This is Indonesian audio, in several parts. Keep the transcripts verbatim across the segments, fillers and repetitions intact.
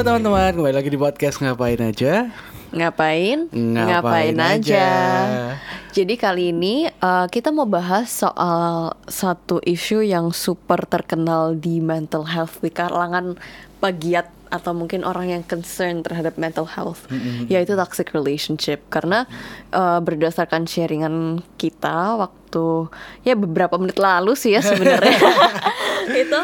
teman-teman, kembali lagi di podcast Ngapain Aja. Ngapain? Ngapain, Ngapain aja. aja. Jadi kali ini uh, kita mau bahas soal satu isu yang super terkenal di mental health di kalangan pegiat atau mungkin orang yang concern terhadap mental health, mm-hmm. yaitu toxic relationship. Karena uh, berdasarkan sharingan kita waktu ya beberapa menit lalu sih ya sebenarnya itu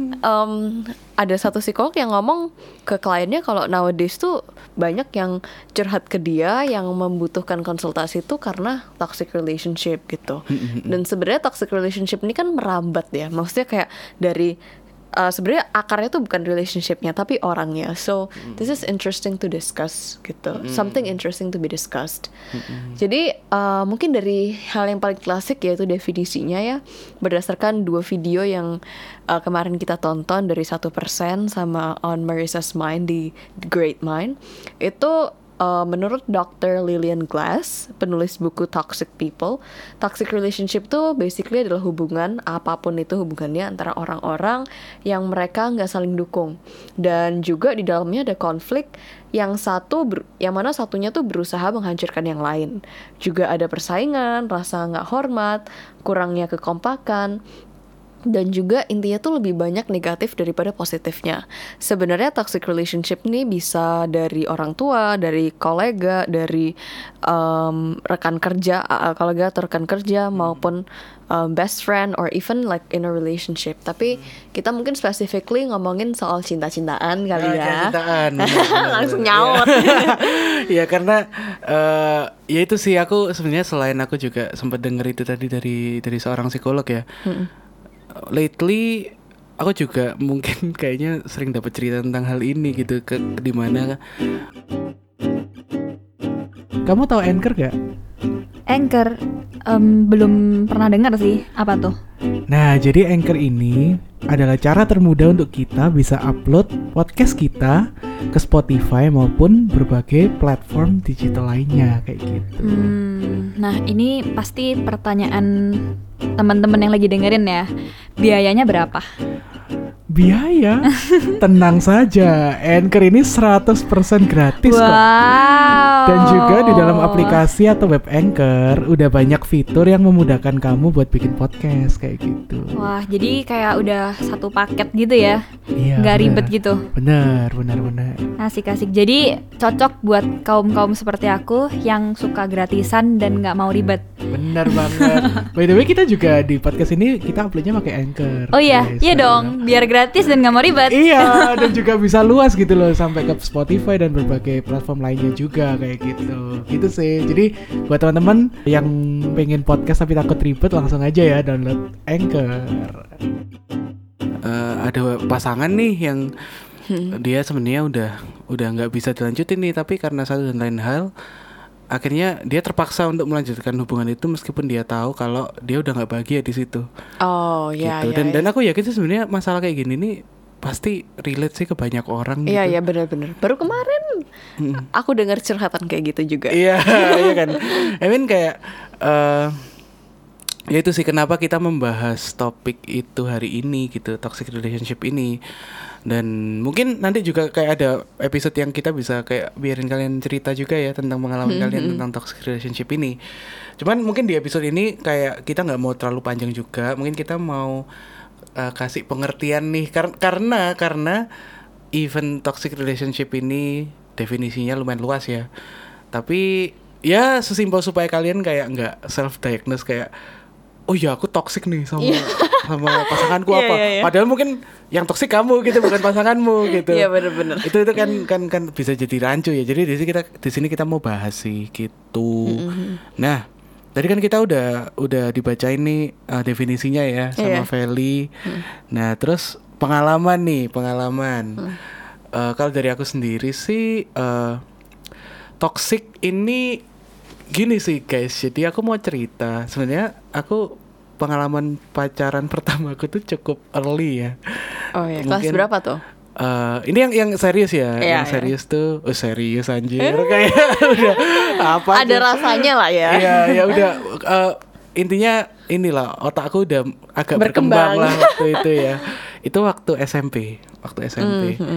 um, ada satu psikolog yang ngomong ke kliennya kalau nowadays tuh banyak yang curhat ke dia yang membutuhkan konsultasi itu karena toxic relationship gitu. Dan sebenarnya toxic relationship ini kan merambat ya, maksudnya kayak dari Uh, sebenarnya akarnya tuh bukan relationshipnya tapi orangnya. So mm. this is interesting to discuss gitu. Mm. Something interesting to be discussed. Mm-hmm. Jadi uh, mungkin dari hal yang paling klasik yaitu definisinya ya, berdasarkan dua video yang uh, kemarin kita tonton dari satu persen sama On Marissa's Mind di The Great Mind. Itu Uh, menurut dokter Lillian Glass, penulis buku Toxic People, toxic relationship tuh basically adalah hubungan, apapun itu hubungannya, antara orang-orang yang mereka nggak saling dukung. Dan juga di dalamnya ada konflik yang satu, ber- yang mana satunya tuh berusaha menghancurkan yang lain. Juga ada persaingan, rasa nggak hormat, kurangnya kekompakan. Dan juga intinya tuh lebih banyak negatif daripada positifnya. Sebenarnya toxic relationship ini bisa dari orang tua, dari kolega, dari um, rekan kerja, uh, kolega atau rekan kerja, hmm. maupun um, best friend or even like in a relationship. Tapi hmm. kita mungkin specifically ngomongin soal cinta-cintaan kali nah, ya. Cintaan. Langsung nyaut. Ya karena uh, ya itu sih, aku sebenarnya selain aku juga sempat denger itu tadi dari dari seorang psikolog ya. Hmm. Lately aku juga mungkin kayaknya sering dapat cerita tentang hal ini gitu, ke di mana kamu tahu Anchor gak? Anchor um, belum pernah dengar sih, apa tuh? Nah, jadi Anchor ini adalah cara termudah untuk kita bisa upload podcast kita ke Spotify maupun berbagai platform digital lainnya kayak gitu. Hmm, nah, ini pasti pertanyaan teman-teman yang lagi dengerin ya. Biayanya berapa? Biaya? Tenang saja, Anchor ini seratus persen gratis wow. kok. Dan juga di dalam aplikasi atau web Anchor udah banyak fitur yang memudahkan kamu buat bikin podcast kayak gitu. Wah, jadi kayak udah satu paket gitu ya? Iya, nggak bener. ribet gitu? Bener, bener, bener. Asik-asik. Jadi cocok buat kaum-kaum seperti aku yang suka gratisan dan nggak mau ribet. Bener banget. By the way, kita juga di podcast ini kita uploadnya pakai Anchor. Oh iya, guys. iya dong. Biar gratis dan nggak mau ribet. Iya, dan juga bisa luas gitu loh, sampai ke Spotify dan berbagai platform lainnya juga kayak gitu. Gitu sih. Jadi buat teman-teman yang pengen podcast tapi takut ribet, langsung aja ya download Anchor. Uh, ada pasangan nih yang hmm. dia sebenarnya udah udah nggak bisa dilanjutin nih, tapi karena satu dan lain hal akhirnya dia terpaksa untuk melanjutkan hubungan itu meskipun dia tahu kalau dia udah nggak bahagia di situ. Oh iya. Gitu. Ya, dan ya. dan aku yakin sih sebenarnya masalah kayak gini nih pasti relate sih ke banyak orang. Iya gitu. Iya benar-benar. Baru kemarin hmm. aku dengar curhatan kayak gitu juga. Iya iya kan. I mean kayak uh, ya itu sih kenapa kita membahas topik itu hari ini gitu, toxic relationship ini. Dan mungkin nanti juga kayak ada episode yang kita bisa kayak biarin kalian cerita juga ya tentang pengalaman mm-hmm. kalian tentang toxic relationship ini. Cuman mungkin di episode ini kayak kita nggak mau terlalu panjang juga, mungkin kita mau uh, kasih pengertian nih kar- karena karena even toxic relationship ini definisinya lumayan luas ya. Tapi ya sesimpel supaya kalian kayak nggak self diagnose kayak oh ya aku toksik nih sama yeah. sama pasanganku apa. Yeah, yeah, yeah. Padahal mungkin yang toksik kamu gitu, bukan pasanganmu gitu. Iya yeah, benar-benar. Itu itu kan kan kan bisa jadi rancu ya. Jadi di sini kita di sini kita mau bahas sih gitu. Mm-hmm. Nah, tadi kan kita udah udah dibacain nih uh, definisinya ya sama yeah. Feli. Mm. Nah, terus pengalaman nih, pengalaman. Mm. Uh, kalau dari aku sendiri sih uh, toksik ini gini sih guys, jadi aku mau cerita. Sebenarnya aku pengalaman pacaran pertamaku tuh cukup early ya. Oh ya, kelas berapa tuh? Uh, ini yang yang serius ya, yeah, yang serius yeah. tuh, oh serius anjir, eh. kayak udah apa? Ada tuh? Rasanya lah ya. Iya ya udah, uh, intinya inilah otakku udah agak berkembang, berkembang lah waktu itu ya. Itu waktu S M P, waktu S M P. Mm-hmm.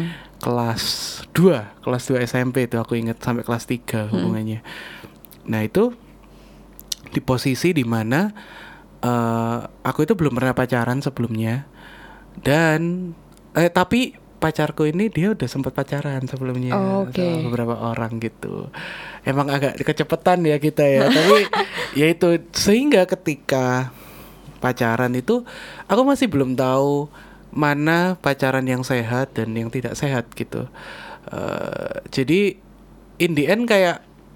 kelas dua, kelas dua S M P itu aku ingat sampai kelas tiga hubungannya. Hmm. Nah, itu di posisi dimana uh, aku itu belum pernah pacaran sebelumnya. Dan eh tapi pacarku ini dia udah sempat pacaran sebelumnya oh, okay. sama beberapa orang gitu. Emang agak kecepetan ya kita ya. Tapi ya itu, sehingga ketika pacaran itu aku masih belum tahu mana pacaran yang sehat dan yang tidak sehat gitu. Uh, jadi in the end kayak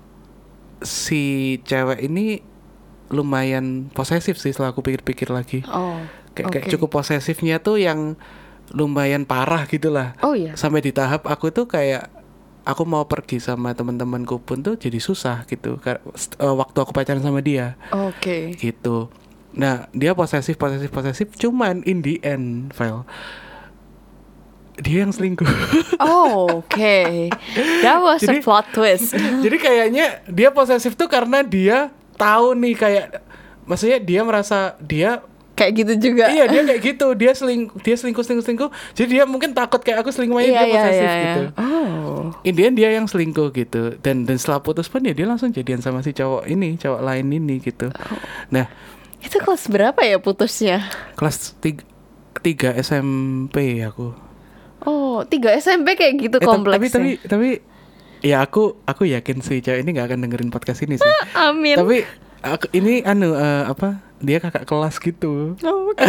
si cewek ini lumayan posesif sih setelah aku pikir-pikir lagi. Oh, kayak, okay. kayak cukup posesifnya tuh yang lumayan parah gitulah. Oh iya. Sampai di tahap aku tuh kayak aku mau pergi sama teman-temanku pun tuh jadi susah gitu. Uh, waktu aku pacaran sama dia. Oke. Okay. Gitu. Nah, dia posesif, posesif, posesif. Cuman in the end, Vel, dia yang selingkuh. Oh, oke. Okay. That was jadi, a plot twist. Jadi kayaknya dia posesif tuh karena dia tahu nih kayak, maksudnya dia merasa dia kayak gitu juga. Iya, dia kayak gitu. Dia seling, dia selingkuh, selingkuh, selingkuh. Jadi dia mungkin takut kayak aku selingkuh, yeah, dia yeah, posesif yeah, gitu. yeah. Oh. In the end dia yang selingkuh gitu. Dan dan setelah putus pun ya dia langsung jadian sama si cowok ini, cowok lain ini gitu. Oh. Nah, itu kelas berapa ya putusnya? Kelas tiga S M P aku. Oh, tiga S M P kayak gitu eh, kompleksnya. Tapi tapi tapi ya aku aku yakin sih cewek ini nggak akan dengerin podcast ini sih. Amin. Tapi aku, ini anu uh, apa? Dia kakak kelas gitu. Oh, okay.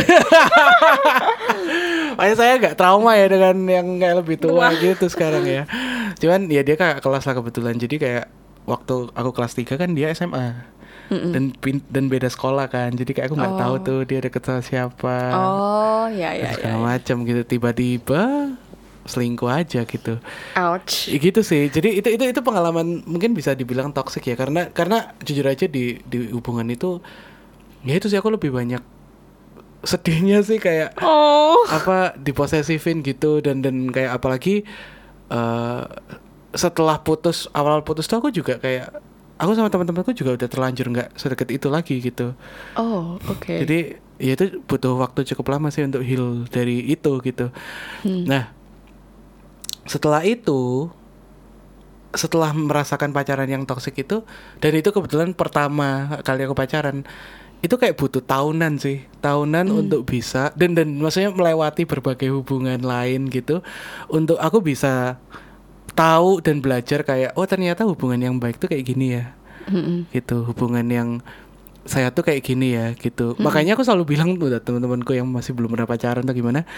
Makanya saya agak trauma ya dengan yang kayak lebih tua gitu sekarang ya. Cuman ya dia kakak kelas lah kebetulan. Jadi kayak waktu aku kelas tiga kan dia S M A. Mm-mm. dan dan beda sekolah kan, jadi kayak aku nggak oh. tahu tuh dia deket sama siapa. Oh ya ya segala ya, macam gitu, tiba-tiba selingkuh aja gitu. Ouch. Ya, gitu sih. Jadi itu itu itu pengalaman mungkin bisa dibilang toxic ya, karena karena jujur aja di di hubungan itu ya itu sih aku lebih banyak sedihnya sih kayak oh. apa diposesifin gitu, dan dan kayak apalagi uh, setelah putus, awal putus tuh aku juga kayak aku sama teman-temanku juga udah terlanjur nggak sedekat itu lagi gitu. Oh, oke. Okay. Jadi ya itu butuh waktu cukup lama sih untuk heal dari itu gitu. Hmm. Nah, setelah itu, setelah merasakan pacaran yang toksik itu, dan itu kebetulan pertama kali aku pacaran, itu kayak butuh tahunan sih, tahunan hmm. untuk bisa dan dan maksudnya melewati berbagai hubungan lain gitu, untuk aku bisa tahu dan belajar kayak oh ternyata hubungan yang baik tuh kayak gini ya, mm-hmm. gitu, hubungan yang saya tuh kayak gini ya gitu. Mm-hmm. Makanya aku selalu bilang tuh teman-temanku yang masih belum pernah pacaran atau gimana,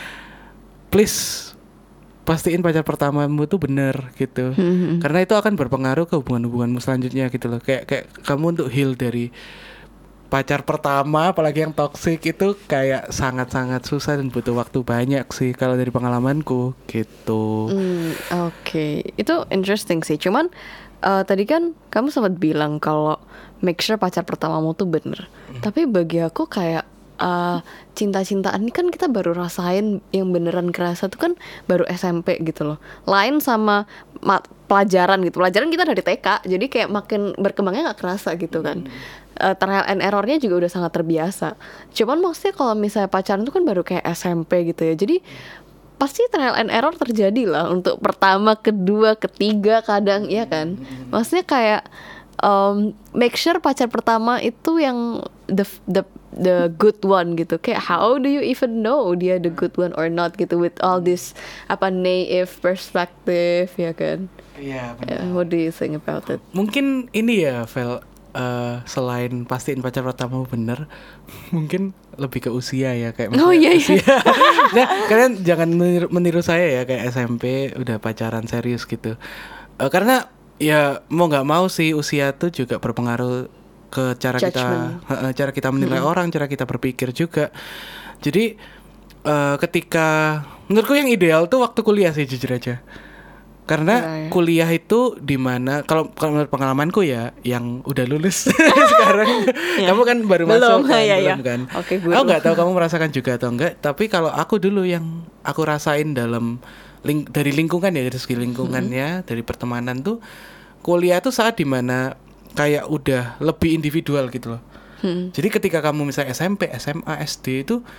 please pastiin pacar pertamamu tuh bener gitu, mm-hmm. karena itu akan berpengaruh ke hubungan-hubunganmu selanjutnya gitu loh. Kayak kayak kamu untuk heal dari pacar pertama, apalagi yang toksik itu kayak sangat-sangat susah dan butuh waktu banyak sih kalau dari pengalamanku gitu. Mm, Oke, okay. Itu interesting sih. Cuman uh, tadi kan kamu sempat bilang kalau make sure pacar pertamamu tuh bener. Mm. Tapi bagi aku kayak uh, cinta-cintaan ini kan kita baru rasain yang beneran kerasa tuh kan baru S M P gitu loh. Lain sama ma- pelajaran gitu. Pelajaran kita dari T K, jadi kayak makin berkembangnya nggak kerasa gitu kan. Mm. Uh, trial and errornya juga udah sangat terbiasa. Cuman maksudnya kalau misalnya pacaran itu kan baru kayak S M P gitu ya. Jadi pasti trial and error terjadi lah untuk pertama, kedua, ketiga kadang, ya kan. Maksudnya kayak um, make sure pacar pertama itu yang the the the good one gitu. Kayak how do you even know dia the good one or not gitu with all this apa naive perspective, ya kan. Iya, benar. Uh, what do you think about it? Mungkin ini ya, Vel. Uh, selain pastiin pacar pertama bener, mungkin lebih ke usia ya, kayak oh iya, iya. usia. Nah, kalian jangan meniru, meniru saya ya kayak S M P udah pacaran serius gitu. Uh, karena ya mau nggak mau sih usia tuh juga berpengaruh ke cara Judgment. kita, uh, cara kita menilai hmm. orang, cara kita berpikir juga. Jadi uh, ketika menurutku yang ideal tuh waktu kuliah sih jujur aja. Karena ya, ya. kuliah itu dimana kalau kalau menurut pengalamanku ya yang udah lulus sekarang ya. Kamu kan baru belum, masuk kan, ya, belum ya. kan? Okay, aku nggak tahu kamu merasakan juga atau enggak. Tapi kalau aku dulu yang aku rasain dalam ling- dari lingkungan ya, dari segi lingkungannya, hmm. dari pertemanan tuh kuliah tuh saat dimana kayak udah lebih individual gitu loh. Hmm. Jadi ketika kamu misalnya S M P, S M A, S D itu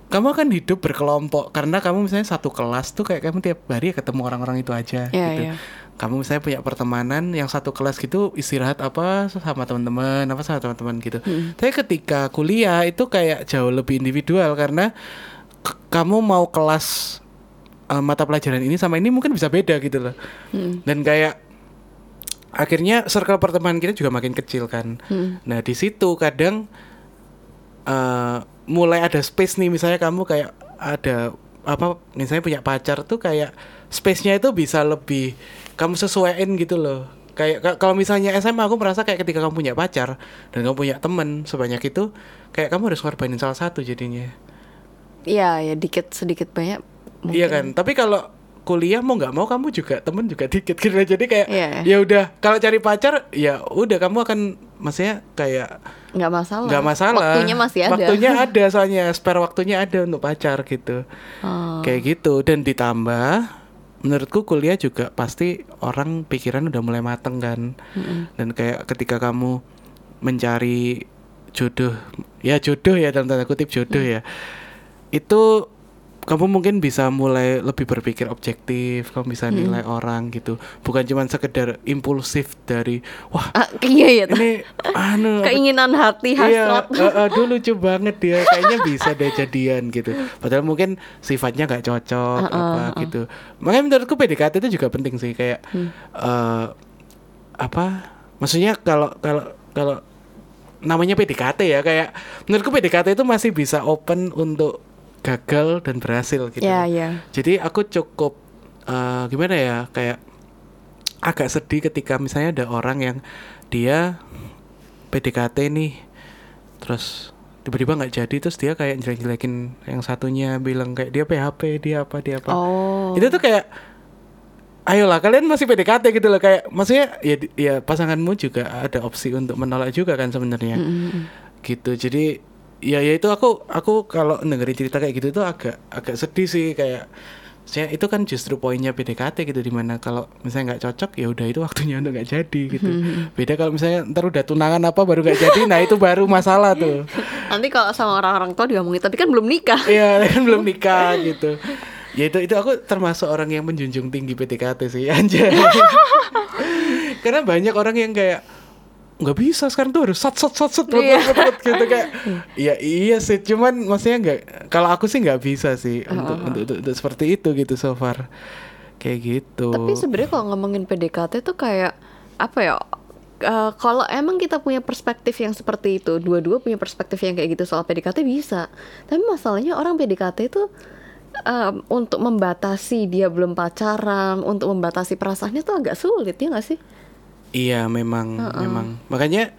kamu akan hidup berkelompok karena kamu misalnya satu kelas tuh kayak kamu tiap hari ketemu orang-orang itu aja yeah, gitu. yeah. Kamu misalnya punya pertemanan yang satu kelas gitu, istirahat apa sama teman-teman, apa sama teman-teman gitu. Hmm. Tapi ketika kuliah itu kayak jauh lebih individual karena k- kamu mau kelas uh, mata pelajaran ini sama ini mungkin bisa beda gitu loh. Hmm. Dan kayak akhirnya circle pertemanan kita juga makin kecil kan. Hmm. Nah di situ kadang uh, mulai ada space nih, misalnya kamu kayak ada apa, misalnya punya pacar tuh kayak space-nya itu bisa lebih kamu sesuaiin gitu loh. Kayak k- kalau misalnya S M A aku merasa kayak ketika kamu punya pacar dan kamu punya teman sebanyak itu, kayak kamu harus ngorbanin salah satu jadinya. Iya, ya dikit sedikit banyak. Mungkin. Iya kan. Tapi kalau kuliah mau nggak mau kamu juga temen juga dikit gitu. Jadi kayak yeah. ya udah kalau cari pacar ya udah kamu akan maksudnya kayak nggak masalah. Nggak masalah. Waktunya masih ada. Waktunya ada soalnya spare waktunya ada untuk pacar gitu. Oh. Kayak gitu. Dan ditambah menurutku kuliah juga pasti orang pikiran udah mulai mateng kan. Mm-hmm. Dan kayak ketika kamu mencari jodoh, ya jodoh ya dalam tanda kutip jodoh mm. ya, itu kamu mungkin bisa mulai lebih berpikir objektif, kamu bisa nilai hmm. orang gitu, bukan cuma sekedar impulsif dari wah ah, iya, iya, ini anu keinginan hati hasrat. Iya, uh, uh, dulu lucu banget dia, kayaknya bisa deh jadian gitu. Padahal mungkin sifatnya nggak cocok uh, uh, apa uh. gitu. Makanya menurutku P D K T itu juga penting sih kayak hmm. uh, apa? Maksudnya kalau kalau kalau namanya P D K T ya, kayak menurutku P D K T itu masih bisa open untuk gagal dan berhasil gitu. Yeah, yeah. Jadi aku cukup uh, gimana ya, kayak agak sedih ketika misalnya ada orang yang dia P D K T nih, terus tiba-tiba nggak jadi, terus dia kayak jelek-jelekin yang satunya, bilang kayak dia P H P, dia apa dia apa. Oh. Itu tuh kayak, ayolah kalian masih P D K T gitu loh, kayak maksudnya ya ya pasanganmu juga ada opsi untuk menolak juga kan sebenarnya. Mm-hmm. Gitu. Jadi ya ya itu aku aku kalau dengerin cerita kayak gitu tuh agak agak sedih sih, kayak saya itu kan justru poinnya P D K T gitu, dimana kalau misalnya nggak cocok ya udah itu waktunya untuk nggak jadi gitu. Hmm. Beda kalau misalnya ntar udah tunangan apa baru nggak jadi, nah itu baru masalah tuh. Nanti kalau sama orang-orang tua diomongin tapi kan belum nikah. Iya kan belum nikah gitu. Ya itu itu aku termasuk orang yang menjunjung tinggi P D K T sih anjay. Karena banyak orang yang kayak nggak bisa sekarang tuh harus sat sat sat sat gitu kayak iya iya sih, cuman maksudnya nggak, kalau aku sih nggak bisa sih uh, untuk, uh, untuk, untuk untuk seperti itu gitu so far kayak gitu. Tapi sebenarnya kalau ngomongin P D K T tuh kayak apa ya, uh, kalau emang kita punya perspektif yang seperti itu, dua-dua punya perspektif yang kayak gitu soal P D K T bisa, tapi masalahnya orang P D K T itu um, untuk membatasi dia belum pacaran, untuk membatasi perasaannya tuh agak sulit, ya nggak sih? Iya memang uh-uh. memang makanya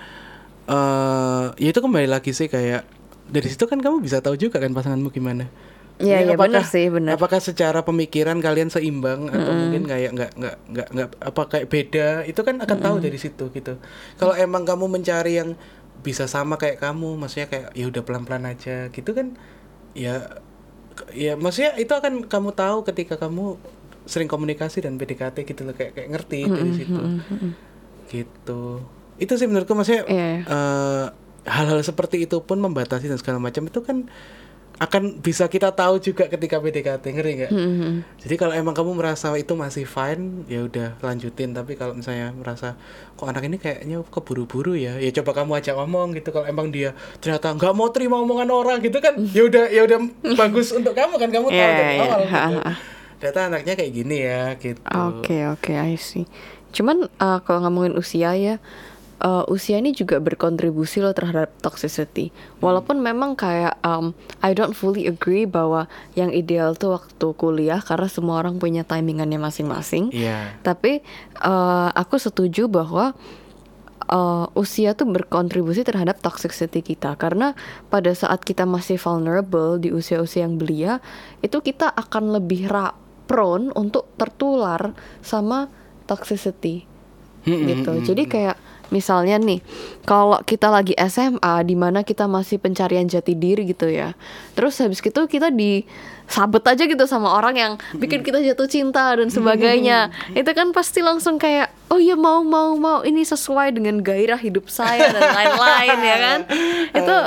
uh, ya itu kembali lagi sih, kayak dari situ kan kamu bisa tahu juga kan pasanganmu gimana. Iya ya, benar sih benar. Apakah secara pemikiran kalian seimbang mm-hmm. atau mungkin kayak nggak nggak nggak nggak apa kayak beda, itu kan akan mm-hmm. tahu dari situ gitu. Kalau mm-hmm. emang kamu mencari yang bisa sama kayak kamu, maksudnya kayak ya udah pelan-pelan aja gitu kan, ya ya maksudnya itu akan kamu tahu ketika kamu sering komunikasi dan P D K T gitu loh, kayak kayak ngerti mm-hmm. dari situ. Mm-hmm. Gitu. Itu sih menurutku maksudnya yeah. uh, hal-hal seperti itu pun membatasi dan segala macam itu kan akan bisa kita tahu juga ketika P D K T, ngeri nggak? Mm-hmm. Jadi kalau emang kamu merasa itu masih fine, ya udah lanjutin. Tapi kalau misalnya merasa kok anak ini kayaknya keburu-buru ya, ya coba kamu ajak ngomong gitu. Kalau emang dia ternyata nggak mau terima omongan orang gitu kan, ya udah ya udah bagus untuk kamu kan, kamu tahu yeah, dari yeah. awal gitu. Data anaknya kayak gini ya gitu. Oke okay, oke, okay, I see. Cuman uh, kalau ngomongin usia ya, uh, usia ini juga berkontribusi loh terhadap toxicity. Walaupun memang kayak um, I don't fully agree bahwa yang ideal tuh waktu kuliah, karena semua orang punya timingannya masing-masing. Yeah. Tapi uh, aku setuju bahwa uh, usia tuh berkontribusi terhadap toxicity kita, karena pada saat kita masih vulnerable di usia-usia yang belia, itu kita akan lebih ra- prone untuk tertular sama toxicity hmm, gitu. Hmm, Jadi kayak misalnya nih, kalau kita lagi S M A di mana kita masih pencarian jati diri gitu ya. Terus habis itu kita disabet aja gitu sama orang yang bikin kita jatuh cinta dan sebagainya. Itu kan pasti langsung kayak, oh iya mau mau mau ini sesuai dengan gairah hidup saya dan lain-lain ya kan. Itu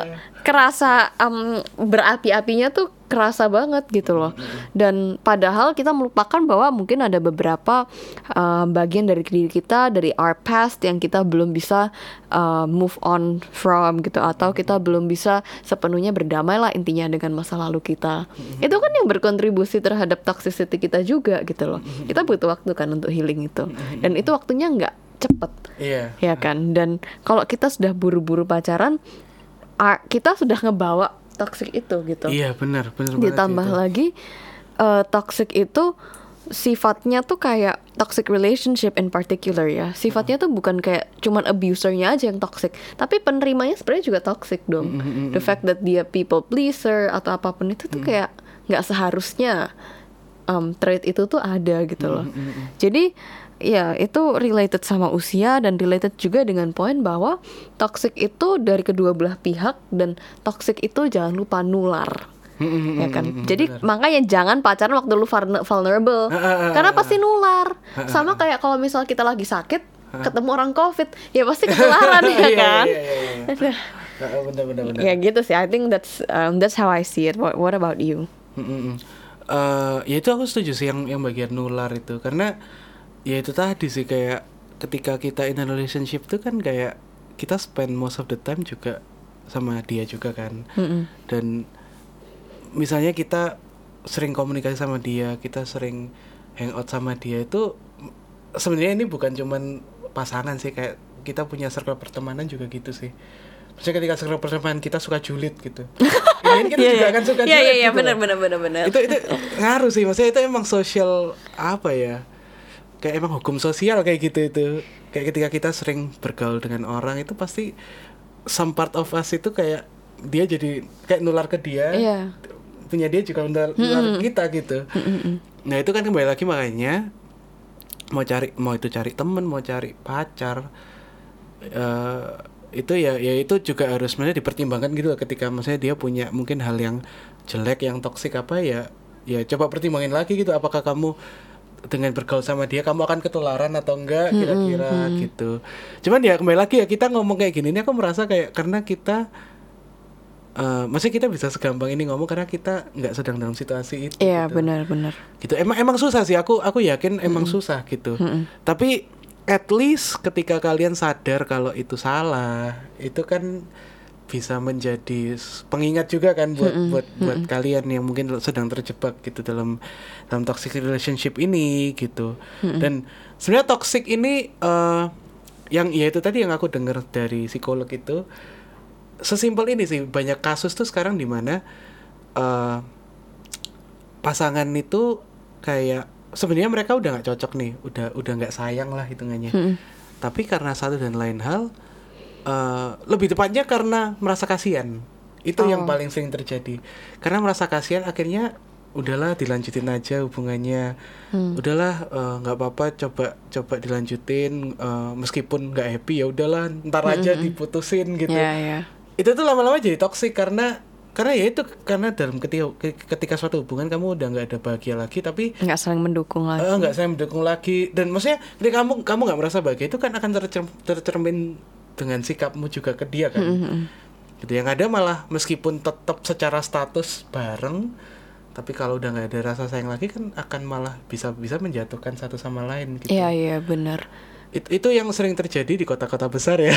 kerasa um, berapi-apinya tuh kerasa banget gitu loh. Dan padahal kita melupakan bahwa mungkin ada beberapa uh, bagian dari diri kita, dari our past yang kita belum bisa uh, move on from gitu, atau kita belum bisa sepenuhnya berdamai lah intinya dengan masa lalu kita. Itu kan yang berkontribusi terhadap toxicity kita juga gitu loh. Kita butuh waktu kan untuk healing itu. Dan itu waktunya nggak cepet, Iya. ya kan. Dan kalau kita sudah buru-buru pacaran, ah, kita sudah ngebawa toxic itu gitu. Iya benar, benar banget Ditambah itu. lagi uh, toxic itu sifatnya tuh kayak toxic relationship in particular ya. Sifatnya tuh bukan kayak cuman abusernya aja yang toxic, tapi penerimanya sebenarnya juga toxic dong. The fact that dia people pleaser atau apapun itu tuh kayak nggak seharusnya um, trait itu tuh ada gitu loh. Jadi ya itu related sama usia dan related juga dengan poin bahwa toxic itu dari kedua belah pihak, dan toxic itu jangan lupa nular. Ya kan. Jadi makanya jangan pacaran waktu lu vulnerable, karena pasti nular. Sama kayak kalau misal kita lagi sakit ketemu orang COVID, ya pasti ketularan ya kan. Bener-bener. Ya gitu sih. I think that's um, that's how I see it. What, what about you? Uh, ya itu aku setuju sih yang yang bagian nular itu, karena ya itu tadi sih, kayak ketika kita in a relationship tuh kan kayak kita spend most of the time juga sama dia juga kan. Mm-mm. Dan misalnya kita sering komunikasi sama dia, kita sering hangout sama dia, itu sebenarnya ini bukan cuman pasangan sih, kayak kita punya circle pertemanan juga gitu sih. Maksudnya ketika circle pertemanan kita suka julid gitu, ini kita juga akan suka julid. Iya iya iya, gitu benar benar benar benar. Itu itu ngaruh sih, maksudnya itu emang social apa ya? Kayak emang hukum sosial kayak gitu itu. Kayak ketika kita sering bergaul dengan orang itu pasti some part of us itu kayak dia jadi kayak nular ke dia. Iya. Punya dia juga nular, nular ke kita gitu. Mm-mm. Nah, itu kan kembali lagi, makanya mau cari mau itu cari temen, mau cari pacar, uh, itu ya ya itu juga harus sebenarnya dipertimbangkan gitu loh, ketika maksudnya dia punya mungkin hal yang jelek, yang toksik apa ya, ya coba pertimbangin lagi gitu, apakah kamu dengan bergaul sama dia kamu akan ketularan atau enggak kira-kira mm-hmm. gitu. Cuman ya kembali lagi ya, kita ngomong kayak gini ini aku merasa kayak karena kita uh, maksudnya kita bisa segampang ini ngomong karena kita nggak sedang dalam situasi itu. Iya gitu. benar-benar. Gitu emang emang susah sih, aku aku yakin emang mm-hmm. susah gitu. Mm-hmm. Tapi at least ketika kalian sadar kalau itu salah, itu kan bisa menjadi pengingat juga kan buat mm-hmm. buat buat mm-hmm. kalian yang mungkin sedang terjebak gitu dalam dalam toxic relationship ini gitu. Mm-hmm. Dan sebenarnya toxic ini uh, yang ya itu tadi yang aku dengar dari psikolog itu sesimpel ini sih, banyak kasus tuh sekarang di mana uh, pasangan itu kayak sebenarnya mereka udah nggak cocok nih, udah udah nggak sayang lah hitungannya. Mm-hmm. Tapi karena satu dan lain hal, Uh, lebih tepatnya karena merasa kasihan. Itu oh. yang paling sering terjadi. Karena merasa kasihan akhirnya udahlah dilanjutin aja hubungannya. Hmm. Udahlah nggak uh, apa-apa, coba coba dilanjutin uh, meskipun nggak happy, ya udahlah ntar aja hmm. diputusin gitu. Yeah, yeah. Itu tuh lama-lama jadi toksik karena karena ya itu karena dalam ketika ketika suatu hubungan kamu udah nggak ada bahagia lagi, tapi nggak saling mendukung lagi. nggak uh, saling mendukung lagi, dan maksudnya ketika kamu kamu nggak merasa bahagia, itu kan akan tercer- tercermin dengan sikapmu juga ke dia kan. Mm-hmm. Gitu, yang ada malah meskipun tetap secara status bareng, tapi kalau udah nggak ada rasa sayang lagi kan akan malah bisa bisa menjatuhkan satu sama lain gitu. Iya iya benar. It, itu yang sering terjadi di kota-kota besar ya.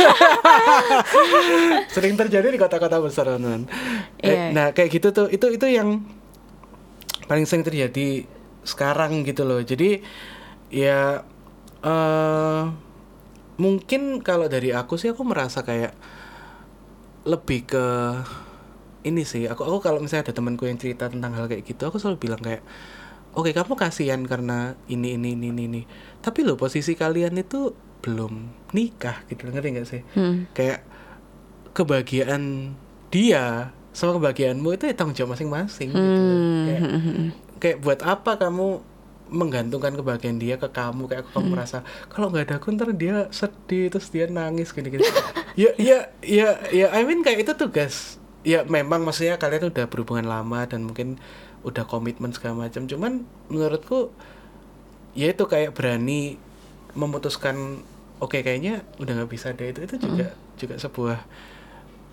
Sering terjadi di kota-kota besar teman. Eh, nah kayak gitu tuh, itu itu yang paling sering terjadi sekarang gitu loh. Jadi ya uh, mungkin kalau dari aku sih, aku merasa kayak lebih ke ini sih. Aku aku kalau misalnya ada temanku yang cerita tentang hal kayak gitu, aku selalu bilang kayak, oke okay, kamu kasihan karena ini ini ini ini. Tapi loh posisi kalian itu belum nikah gitu, ngerti nggak sih? Hmm. Kayak kebahagiaan dia sama kebahagiaanmu itu ya tanggung jawab masing-masing. Hmm. Gitu. Kayak, kayak buat apa kamu menggantungkan kebahagiaan dia ke kamu, kayak kamu hmm. merasa kalau nggak ada aku ntar dia sedih terus dia nangis gini-gini. ya ya ya ya I mean kayak itu tugas. Ya memang maksudnya kalian udah berhubungan lama dan mungkin udah komitmen segala macam. Cuman menurutku ya itu kayak berani memutuskan oke okay, kayaknya udah nggak bisa deh, itu itu juga hmm. juga sebuah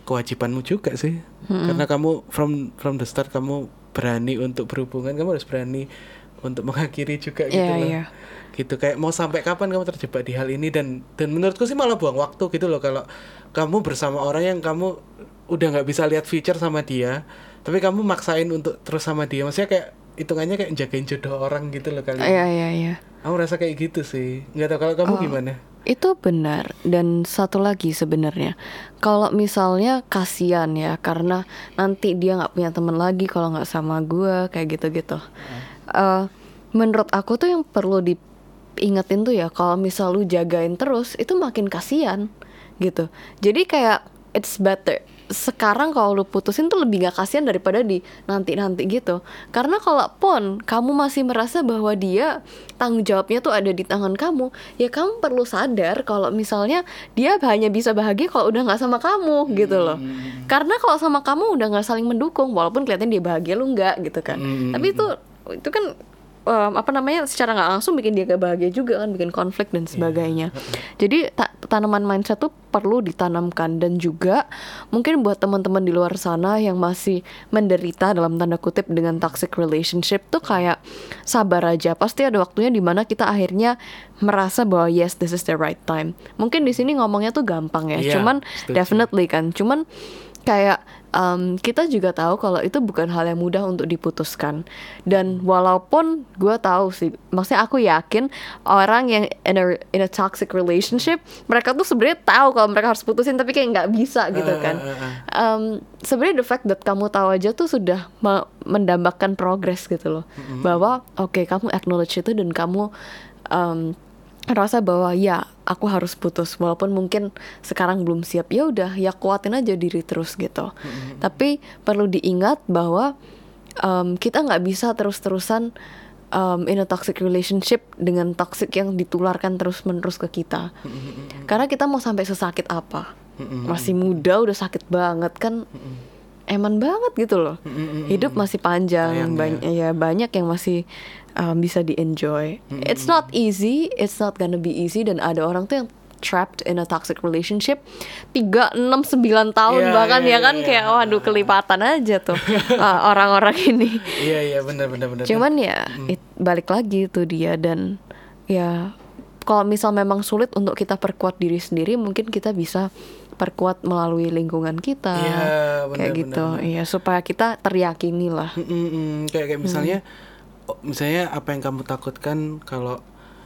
kewajibanmu juga sih. Hmm. Karena kamu from from the start kamu berani untuk berhubungan, kamu harus berani untuk mengakhiri juga gitu yeah, loh. Yeah. Gitu kayak mau sampai kapan kamu terjebak di hal ini, dan dan menurutku sih malah buang waktu gitu loh kalau kamu bersama orang yang kamu udah nggak bisa lihat future sama dia, tapi kamu maksain untuk terus sama dia. Maksudnya kayak hitungannya kayak jagain jodoh orang gitu loh kali. Iya iya iya. Aku rasa kayak gitu sih. Nggak tahu kalau kamu oh, gimana? Itu benar. Dan satu lagi sebenarnya, kalau misalnya kasihan ya karena nanti dia nggak punya teman lagi kalau nggak sama gue kayak gitu-gitu. Hmm. Uh, menurut aku tuh yang perlu diingetin tuh ya, kalau misal lu jagain terus itu makin kasihan gitu. Jadi kayak it's better sekarang kalau lu putusin tuh lebih gak kasihan daripada di nanti-nanti gitu. Karena kalaupun kamu masih merasa bahwa dia tanggung jawabnya tuh ada di tangan kamu, ya kamu perlu sadar kalau misalnya dia hanya bisa bahagia kalau udah gak sama kamu gitu loh. Hmm. Karena kalau sama kamu udah gak saling mendukung, walaupun kelihatan dia bahagia lu enggak gitu kan. Hmm. Tapi itu itu kan um, apa namanya secara nggak langsung bikin dia gak bahagia juga kan, bikin konflik dan sebagainya. Yeah. Jadi ta- tanaman mindset tuh perlu ditanamkan. Dan juga mungkin buat teman-teman di luar sana yang masih menderita dalam tanda kutip dengan toxic relationship tuh kayak sabar aja. Pasti ada waktunya dimana kita akhirnya merasa bahwa yes this is the right time. Mungkin di sini ngomongnya tuh gampang ya. Yeah, cuman setuju. Definitely kan. Cuman kayak um, kita juga tahu kalau itu bukan hal yang mudah untuk diputuskan. Dan walaupun gue tahu sih, maksudnya aku yakin orang yang in a, in a toxic relationship, mereka tuh sebenarnya tahu kalau mereka harus putusin tapi kayak nggak bisa gitu kan. Um, sebenarnya the fact that kamu tahu aja tuh sudah me- mendambakan progress gitu loh. Mm-hmm. Bahwa oke okay, kamu acknowledge itu dan kamu um, rasa bahwa ya aku harus putus walaupun mungkin sekarang belum siap. Ya udah, ya kuatin aja diri terus gitu. Mm-hmm. Tapi perlu diingat bahwa um, kita nggak bisa terus-terusan um, in a toxic relationship dengan toxic yang ditularkan terus-menerus ke kita. Mm-hmm. Karena kita mau sampai sesakit apa? Mm-hmm. Masih muda udah sakit banget kan. Mm-hmm. Eman banget gitu loh. Mm-hmm. Hidup masih panjang, banyak ya banyak yang masih um, bisa di-enjoy. Mm-hmm. It's not easy, it's not gonna be easy. Dan ada orang tuh yang trapped in a toxic relationship tiga, enam, sembilan tahun yeah, bahkan yeah, ya kan yeah, kayak yeah. Waduh kelipatan aja tuh uh, orang-orang ini. Iya yeah, iya yeah, benar benar benar. Cuman ya mm. it, balik lagi tuh dia. Dan ya kalau misal memang sulit untuk kita perkuat diri sendiri, mungkin kita bisa perkuat melalui lingkungan kita, ya, bener, kayak gitu, iya supaya kita teryakini lah. Mm-mm, kayak kayak misalnya, mm. misalnya apa yang kamu takutkan kalau,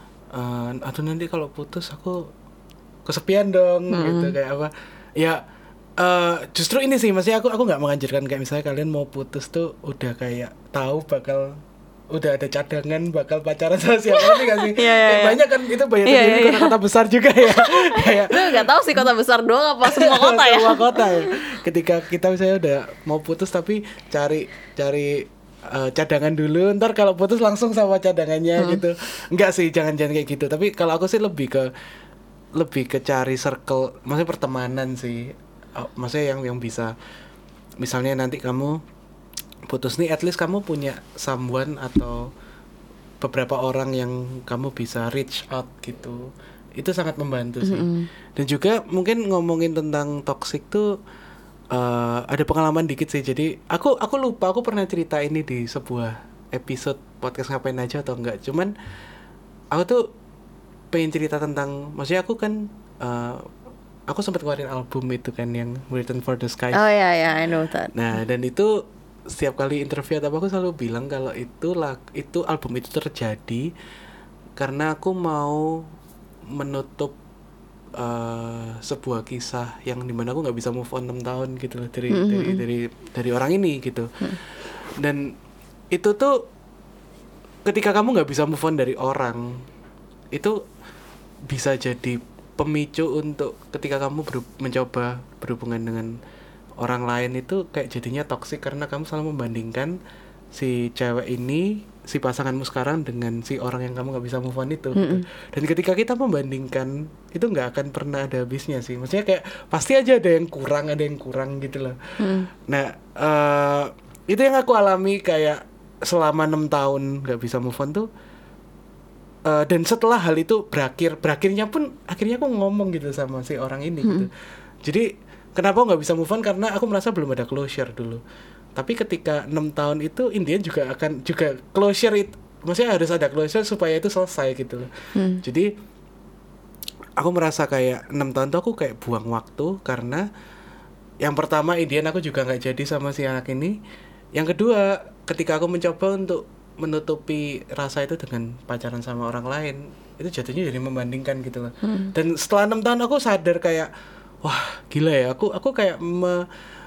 uh, aduh nanti kalau putus aku kesepian dong, mm. gitu kayak apa? Ya, uh, justru ini sih, maksudnya aku aku nggak menganjurkan kayak misalnya kalian mau putus tuh udah kayak tahu bakal udah ada cadangan bakal pacaran sama siapa nih gak sih? yeah, yeah, banyak kan itu banyak yeah, yeah, kota-kota yeah. besar juga ya. Kayak lu nggak tahu sih kota besar doang apa semua kota ya? Semua kota ya. Ketika kita misalnya udah mau putus tapi cari cari uh, cadangan dulu, ntar kalau putus langsung sama cadangannya hmm. gitu. Enggak sih, jangan-jangan kayak gitu. Tapi kalau aku sih lebih ke lebih ke cari circle, maksudnya pertemanan sih. Oh, maksudnya yang yang bisa, misalnya nanti kamu putus nih, at least kamu punya someone atau beberapa orang yang kamu bisa reach out gitu. Itu sangat membantu sih. Mm-hmm. Dan juga mungkin ngomongin tentang toxic tuh uh, ada pengalaman dikit sih. Jadi aku aku lupa aku pernah cerita ini di sebuah episode podcast Ngapain Aja atau enggak. Cuman aku tuh pengen cerita tentang, maksudnya aku kan uh, aku sempat keluarin album itu kan yang Written for the Sky. Oh ya yeah, ya, yeah, I know that. Nah, dan itu setiap kali interview atau apa aku selalu bilang kalau itu lah itu album itu terjadi karena aku mau menutup uh, sebuah kisah yang dimana aku nggak bisa move on enam tahun gitu loh dari mm-hmm. dari dari dari orang ini gitu. Mm. Dan itu tuh ketika kamu nggak bisa move on dari orang itu bisa jadi pemicu untuk ketika kamu ber- mencoba berhubungan dengan orang lain itu kayak jadinya toksik karena kamu selalu membandingkan si cewek ini, si pasanganmu sekarang dengan si orang yang kamu nggak bisa move on itu. Mm-hmm. Dan ketika kita membandingkan itu nggak akan pernah ada habisnya sih. Maksudnya kayak pasti aja ada yang kurang, ada yang kurang gitu loh. Mm. Nah uh, itu yang aku alami kayak selama enam tahun nggak bisa move on tuh. Uh, dan setelah hal itu berakhir, berakhirnya pun akhirnya aku ngomong gitu sama si orang ini mm-hmm. gitu. Jadi kenapa nggak bisa move on, karena aku merasa belum ada closure dulu. Tapi ketika enam tahun itu Indian juga akan juga closure itu, maksudnya harus ada closure supaya itu selesai gitu loh. Hmm. Jadi aku merasa kayak enam tahun tuh aku kayak buang waktu, karena yang pertama Indian aku juga nggak jadi sama si anak ini. Yang kedua, ketika aku mencoba untuk menutupi rasa itu dengan pacaran sama orang lain, itu jatuhnya jadi membandingkan gitu loh. Hmm. Dan setelah enam tahun aku sadar kayak, wah gila ya, aku aku kayak me,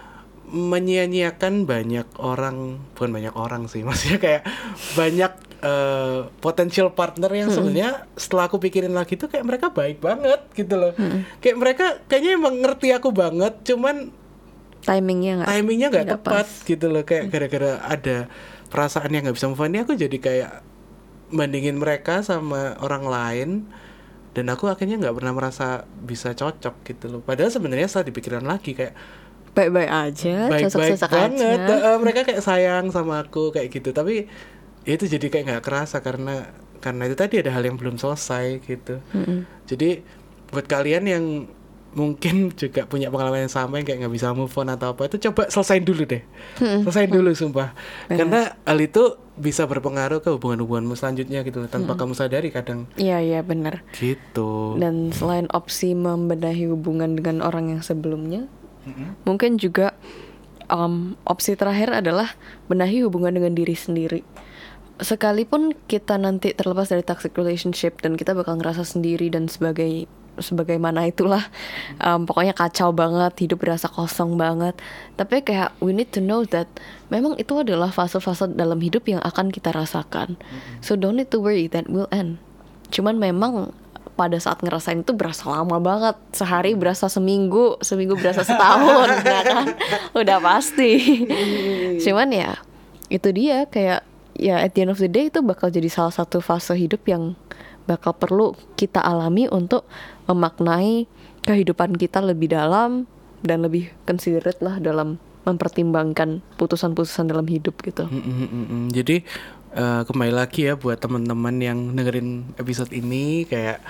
menyia-nyiakan banyak orang, bukan banyak orang sih, maksudnya kayak banyak uh, potential partner yang hmm. sebenarnya setelah aku pikirin lagi tuh kayak mereka baik banget gitu loh. Hmm. Kayak mereka kayaknya emang ngerti aku banget, cuman timingnya nggak timingnya nggak tepat pas. Gitu loh, kayak hmm. gara-gara ada perasaan yang nggak bisa move on ini, aku jadi kayak bandingin mereka sama orang lain, dan aku akhirnya nggak pernah merasa bisa cocok gitu loh. Padahal sebenarnya setelah dipikiran lagi kayak baik-baik aja, baik-baik banget, uh, mereka kayak sayang sama aku kayak gitu. Tapi ya itu jadi kayak nggak kerasa karena karena itu tadi ada hal yang belum selesai gitu. Mm-hmm. Jadi buat kalian yang mungkin juga punya pengalaman yang sama yang kayak nggak bisa move on atau apa, itu coba selesain dulu deh, hmm. selesain dulu sumpah. Benar. Karena hal itu bisa berpengaruh ke hubungan-hubunganmu selanjutnya gitu tanpa hmm. kamu sadari kadang. Iya iya benar. Gitu. Dan selain opsi membenahi hubungan dengan orang yang sebelumnya, hmm. mungkin juga um, opsi terakhir adalah benahi hubungan dengan diri sendiri. Sekalipun kita nanti terlepas dari toxic relationship dan kita bakal ngerasa sendiri dan sebagai sebagaimana itulah, um, pokoknya kacau banget, hidup berasa kosong banget. Tapi kayak we need to know that memang itu adalah fase-fase dalam hidup yang akan kita rasakan. So don't need to worry, that will end. Cuman memang pada saat ngerasain itu berasa lama banget. Sehari berasa seminggu, seminggu berasa setahun, ya kan? Udah pasti. Cuman ya itu dia, kayak ya at the end of the day itu bakal jadi salah satu fase hidup yang bakal perlu kita alami untuk memaknai kehidupan kita lebih dalam dan lebih considerate lah dalam mempertimbangkan putusan-putusan dalam hidup gitu. Mm-mm-mm. Jadi uh, kembali lagi ya buat teman-teman yang dengerin episode ini, kayak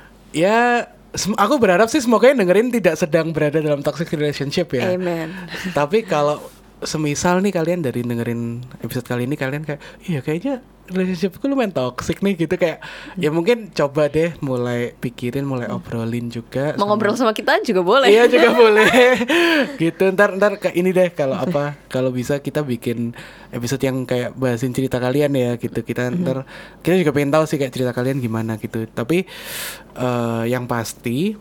ya sem- aku berharap sih semoga yang dengerin tidak sedang berada dalam toxic relationship ya. Amen. Tapi kalau semisal nih kalian dari dengerin episode kali ini kalian kayak iya kayaknya relationshipku lumayan toxic nih gitu, kayak hmm. ya mungkin coba deh mulai pikirin, mulai hmm. obrolin juga. Mau sama, ngobrol sama kita juga boleh. Iya juga boleh. Gitu ntar ntar kayak ini deh kalau apa kalau bisa kita bikin episode yang kayak bahasin cerita kalian ya gitu. Kita ntar hmm. kita juga pengen tahu sih kayak cerita kalian gimana gitu. Tapi uh, yang pasti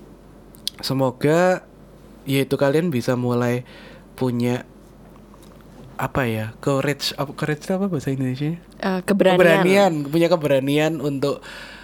semoga yaitu kalian bisa mulai punya apa ya, courage, apa courage itu apa bahasa Indonesia? Uh, keberanian. Keberanian, punya keberanian untuk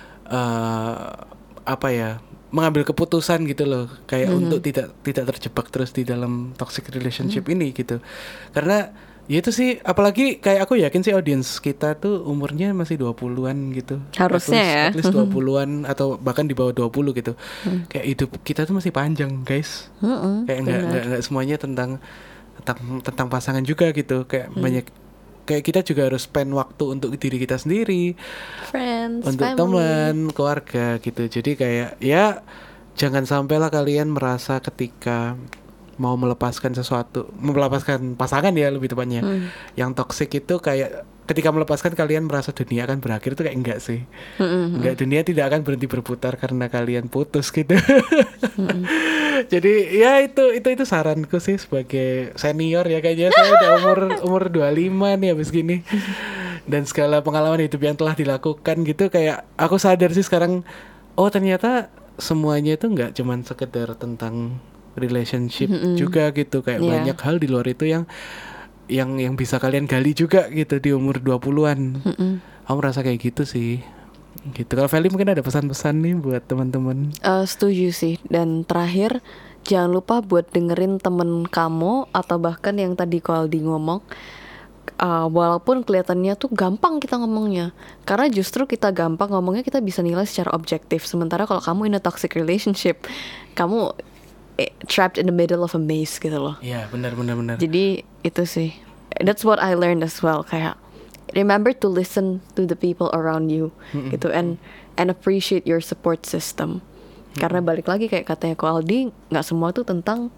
uh, apa ya, mengambil keputusan gitu loh, kayak mm-hmm. untuk tidak tidak terjebak terus di dalam toxic relationship mm-hmm. ini gitu. Karena ya itu sih, apalagi kayak aku yakin sih audiens kita tuh umurnya masih dua puluhan gitu. Harusnya at least, ya. At least dua puluhan atau bahkan di bawah dua puluh gitu. Mm. Kayak hidup kita tuh masih panjang, guys. Mm-hmm, kayak enggak enggak enggak semuanya tentang tentang tentang pasangan juga gitu, kayak hmm. banyak kayak kita juga harus spend waktu untuk diri kita sendiri, friends, untuk teman, keluarga gitu. Jadi kayak ya jangan sampailah kalian merasa ketika mau melepaskan sesuatu, melepaskan pasangan ya lebih tepatnya, hmm. yang toksik itu kayak ketika melepaskan kalian merasa dunia akan berakhir, itu kayak enggak sih. Mm-hmm. Enggak, dunia tidak akan berhenti berputar karena kalian putus gitu. Mm-hmm. Jadi ya itu itu itu saranku sih sebagai senior ya, kayaknya saya udah umur umur dua puluh lima nih habis gini. Dan segala pengalaman hidup yang telah dilakukan gitu, kayak aku sadar sih sekarang, oh ternyata semuanya itu enggak cuman sekedar tentang relationship mm-hmm. juga gitu, kayak yeah. banyak hal di luar itu yang yang yang bisa kalian gali juga gitu di umur dua puluhan. Mm-mm. Aku merasa kayak gitu sih. Gitu. Kalau Feli mungkin ada pesan-pesan nih buat teman-teman. Uh, setuju sih. Dan terakhir, jangan lupa buat dengerin temen kamu atau bahkan yang tadi Aldi ngomong. Uh, walaupun kelihatannya tuh gampang kita ngomongnya, karena justru kita gampang ngomongnya kita bisa nilai secara objektif. Sementara kalau kamu in a toxic relationship, kamu trapped in the middle of a maze gitu loh. Iya, benar benar benar. Jadi itu sih. That's what I learned as well, kayak remember to listen to the people around you mm-hmm. gitu, and and appreciate your support system. Mm-hmm. Karena balik lagi kayak katanya Ko Aldi, nggak semua tuh tentang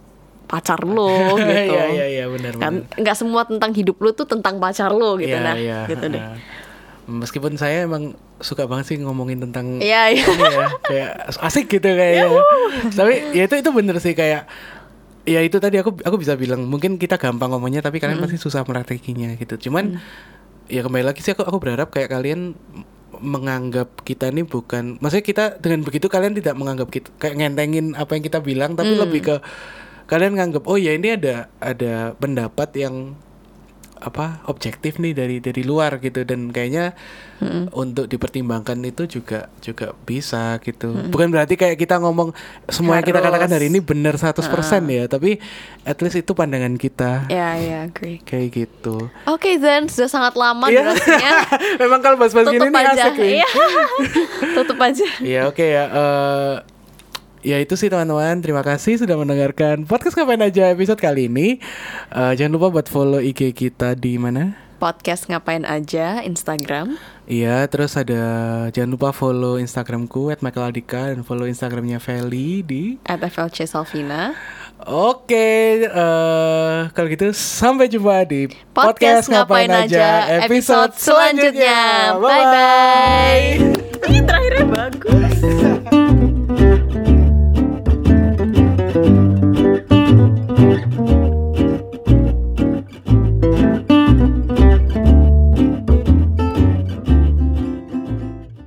pacar lo gitu. Iya iya iya benar Kan benar. nggak semua tentang hidup lo tuh tentang pacar lo gitu. Iya, Nah iya, gitu deh. heeh. Meskipun saya emang suka banget sih ngomongin tentang Iya, iya. ini ya, kayak asik gitu kayaknya. Tapi ya itu itu bener sih kayak ya itu tadi aku aku bisa bilang mungkin kita gampang ngomongnya tapi kalian pasti susah mempraktekinya gitu. Cuman ya kembali lagi sih aku aku berharap kayak kalian menganggap kita ini bukan, maksudnya kita dengan begitu kalian tidak menganggap kita kayak ngentengin apa yang kita bilang, tapi lebih ke kalian nganggap oh ya ini ada ada pendapat yang apa objektif nih dari dari luar gitu, dan kayaknya mm-hmm. untuk dipertimbangkan itu juga juga bisa gitu. Mm-hmm. Bukan berarti kayak kita ngomong semua yang kita katakan hari ini benar seratus persen uh. ya, tapi at least itu pandangan kita. Ya, yeah, ya, yeah, agree. Kayak gitu. Oke, okay, then sudah sangat lama durasinya. Memang kalau bahas-bahas gini nih asik nih. Tutup aja. Iya, oke okay, ya. Uh, Ya itu sih teman-teman, terima kasih sudah mendengarkan podcast Ngapain Aja episode kali ini. uh, Jangan lupa buat follow I G kita di mana? Podcast Ngapain Aja, Instagram. Iya, terus ada jangan lupa follow Instagramku at michael aldika dan follow Instagramnya Feli di at f l c salvina. Oke, uh, kalau gitu sampai jumpa di Podcast, podcast Ngapain, Ngapain Aja episode selanjutnya. Bye-bye. Ini terakhirnya bagus.